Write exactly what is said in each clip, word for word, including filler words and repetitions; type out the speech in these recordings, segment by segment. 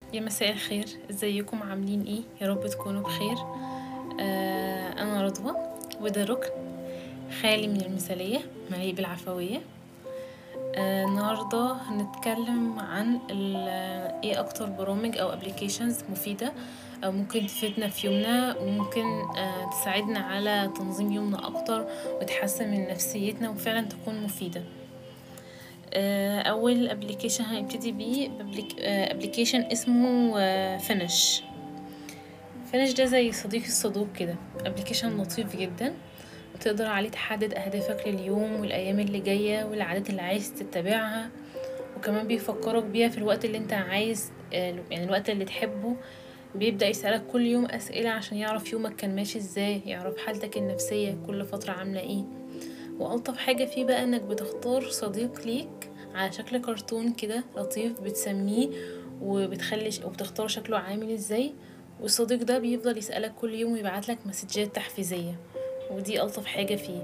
يا مساء الخير، ازيكم عاملين ايه؟ يا رب تكونوا بخير. آه انا رضوى، وده ركن خالي من المثالية مليء بالعفوية. آه النهاردة هنتكلم عن ايه اكتر برامج او ابليكيشنز مفيدة او ممكن تفيدنا في يومنا، وممكن آه تساعدنا على تنظيم يومنا اكتر وتحسن من نفسيتنا وفعلا تكون مفيدة. آه اول ابليكيشن هنبتدي بيه ابليكيشن اسمه فينش. فينش ده زي صديقي الصدوق كده، ابلكيشن لطيف جدا، وتقدر عليه تحدد اهدافك لليوم والايام اللي جايه والعادات اللي عايز تتبعها، وكمان بيفكرك بيها في الوقت اللي انت عايز، يعني الوقت اللي تحبه. بيبدأ يسألك كل يوم أسئلة عشان يعرف يومك كان ماشي ازاي، يعرف حالتك النفسية كل فترة عاملة ايه. وألطف حاجة فيه بقى انك بتختار صديق ليك على شكل كرتون كده لطيف بتسميه، وبتخلي وبتختار شكله عامل ازاي، والصديق ده بيفضل يسألك كل يوم ويبعتلك مسجات تحفيزية، ودي ألطف حاجة فيه.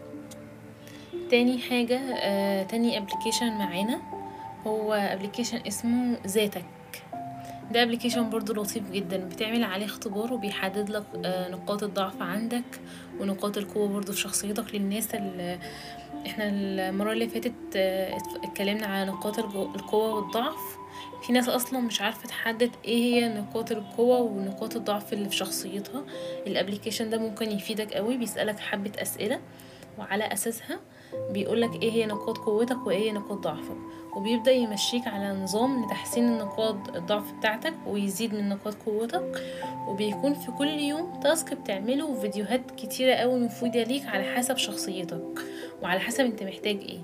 تاني حاجة آه تاني ابلكيشن معانا هو ابلكيشن اسمه ذاتك. ده ابلكيشن برضو لطيف جدا، بتعمل عليه اختبار وبيحدد لك آه نقاط الضعف عندك ونقاط القوة برضو في شخصيتك. للناس اللي احنا المرة اللي فاتت آه اتكلمنا على نقاط القوة والضعف، في ناس اصلا مش عارفة تحدد ايه هي نقاط القوة ونقاط الضعف اللي في شخصيتها. الابليكيشن ده ممكن يفيدك قوي، بيسألك حبة اسئلة وعلى اساسها بيقولك ايه هي نقاط قوتك وايه هي نقاط ضعفك، وبيبدأ يمشيك على نظام لتحسين النقاط الضعف بتاعتك ويزيد من نقاط قوتك. وبيكون في كل يوم تاسك بتعمله وفيديوهات كتيرة قوي مفيدة ليك على حسب شخصيتك وعلى حسب انت محتاج ايه.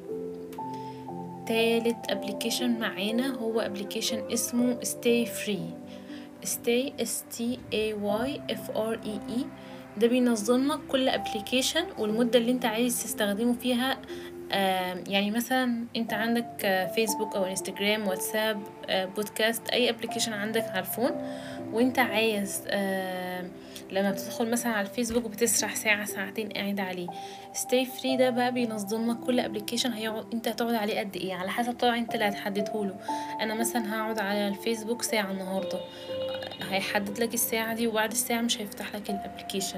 تالت ابليكيشن معانا هو ابليكيشن اسمه stay free. stay s t a y f r e e. ده بينظم لك كل ابليكيشن والمدة اللي انت عايز تستخدمه فيها. آه يعني مثلا انت عندك آه فيسبوك او انستجرام واتساب آه بودكاست، اي ابليكيشن عندك على الفون وانت عايز آه لما بتدخل مثلا على الفيسبوك بتسرح ساعة ساعتين قاعد عليه، stay free ده بقى بينظم لك كل ابليكيشن هيقعد انت هتقعد عليه قد ايه على حسب طبعا انت اللي هتحدده له. انا مثلا هقعد على الفيسبوك ساعة النهاردة، هيحدد لك الساعة دي وبعد الساعة مش هيفتح لك الابليكيشن.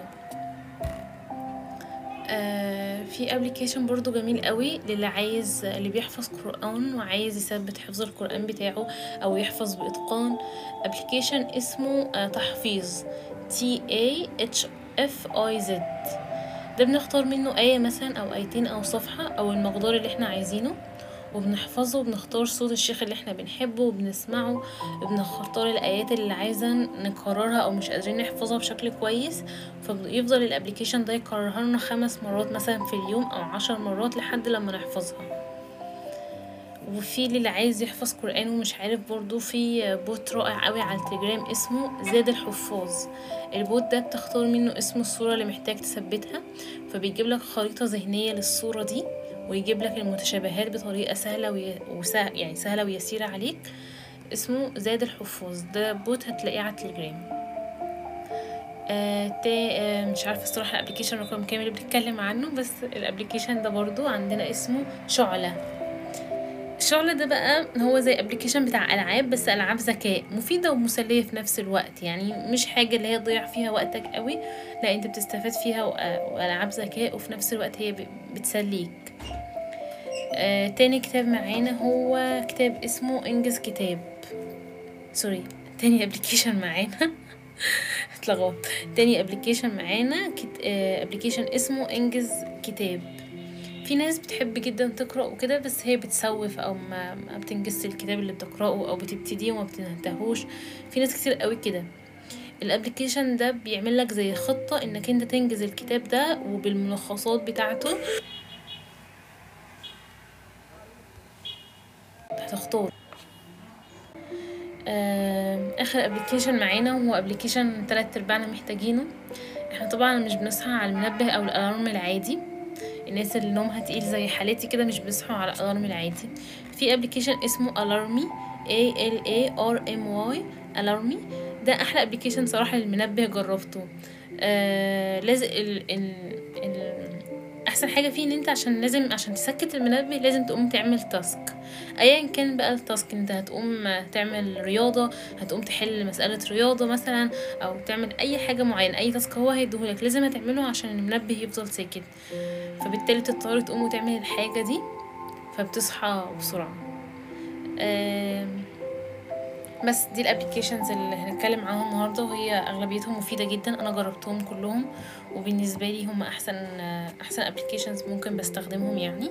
آه في ابليكيشن برضو جميل قوي للي عايز، اللي بيحفظ قرآن وعايز يثبت حفظ القرآن بتاعه او يحفظ بإتقان. ابليكيشن اسمه آه تحفيظ T A H F I Z. ده بنختار منه آية مثلا او آيتين او صفحة او المقدار اللي احنا عايزينه، وبنحفظه وبنختار صوت الشيخ اللي احنا بنحبه وبنسمعه، وبنختار الآيات اللي عايزة نكررها او مش قادرين نحفظها بشكل كويس، فيفضل الابليكيشن ده يكررها لنا خمس مرات مثلا في اليوم او عشر مرات لحد لما نحفظها. وفي اللي عايز يحفظ قرآن ومش عارف، برضو في بوت رائع قوي على التليجرام اسمه زاد الحفاظ. البوت ده بتختار منه اسم الصورة اللي محتاج تثبتها، فبيجيب لك خريطة ذهنية للصورة دي ويجيب لك المتشابهات بطريقة سهلة وي... وسهل يعني سهلة ويسيرة عليك. اسمه زاد الحفاظ، ده بوت هتلاقيه على التليجرام. آه تا آه مش عارفة الصراحة الابليكيشن رقم كامل اللي بتتكلم عنه، بس الابليكيشن ده برضو عندنا اسمه شعلة. الشعلة ده بقى هو زي ابليكيشن بتاع العاب، بس العاب ذكاء مفيده ومسليه في نفس الوقت، يعني مش حاجه اللي هي تضيع فيها وقتك قوي، لا انت بتستفاد فيها والعاب ذكاء وفي نفس الوقت هي بتسليك. آه تاني كتاب معانا هو كتاب اسمه انجز كتاب. سوري تاني ابليكيشن معانا اتلخبطت. تاني ابليكيشن معانا كت... آه ابليكيشن اسمه انجز كتاب. في ناس بتحب جدا تقرأ وكده، بس هي بتسوف او ما, ما بتنجز الكتاب اللي بتقرأه او بتبتديه وما بتنتهوش. في ناس كتير قوي كده. الابليكيشن ده بيعمل لك زي خطة انك انت تنجز الكتاب ده وبالملخصات بتاعته هتختار. اخر ابليكيشن معانا هو ابليكيشن تلات ارباعنا محتاجينه. احنا طبعا مش بنصحى على المنبه او الالارم العادي، الناس اللي نومها تقيل زي حالتي كده مش بيصحوا على الالارم العادي. في ابليكيشن اسمه الارمي A L A R M Y الارمي. ده احلى ابليكيشن صراحه للمنبه، جربته. آه لازم ال ال ال احسن حاجه فيه ان انت عشان لازم عشان تسكت المنبه لازم تقوم تعمل تاسك. ايا كان بقى التاسك. انت هتقوم تعمل رياضه، هتقوم تحل مساله رياضه مثلا، او تعمل اي حاجه معينه، اي تاسك هو هيديهولك لازم هتعمله عشان المنبه يفضل ساكت، فبالتالي تضطر تقوم وتعمل الحاجه دي، فبتصحى بسرعه. آم، بس دي الابليكيشنز اللي هنتكلم عنها النهارده، وهي اغلبيتهم مفيده جدا. انا جربتهم كلهم وبالنسبه لي هم احسن احسن ابليكيشنز ممكن بستخدمهم يعني.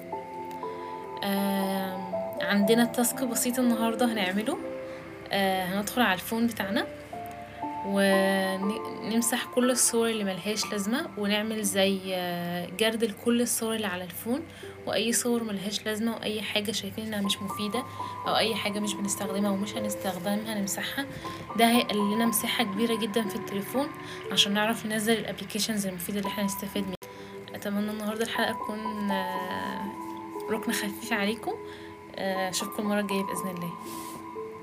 آم، عندنا تاسك بسيط النهارده هنعمله. آه، هندخل على الفون بتاعنا ونمسح كل الصور اللي ملهاش لازمة، ونعمل زي آه، جرد لكل الصور اللي على الفون، واي صور ملهاش لازمة واي حاجة شايفين انها مش مفيدة او اي حاجة مش بنستخدمها ومش هنستخدمها نمسحها. ده هيقلل لنا مساحة كبيرة جدا في التليفون عشان نعرف ننزل الابليكيشنز المفيدة اللي احنا نستفاد منها. اتمنى النهاردة الحلقة تكون آه، ركن خفيف عليكم. آه، اشوفكم المرة الجاية بإذن الله.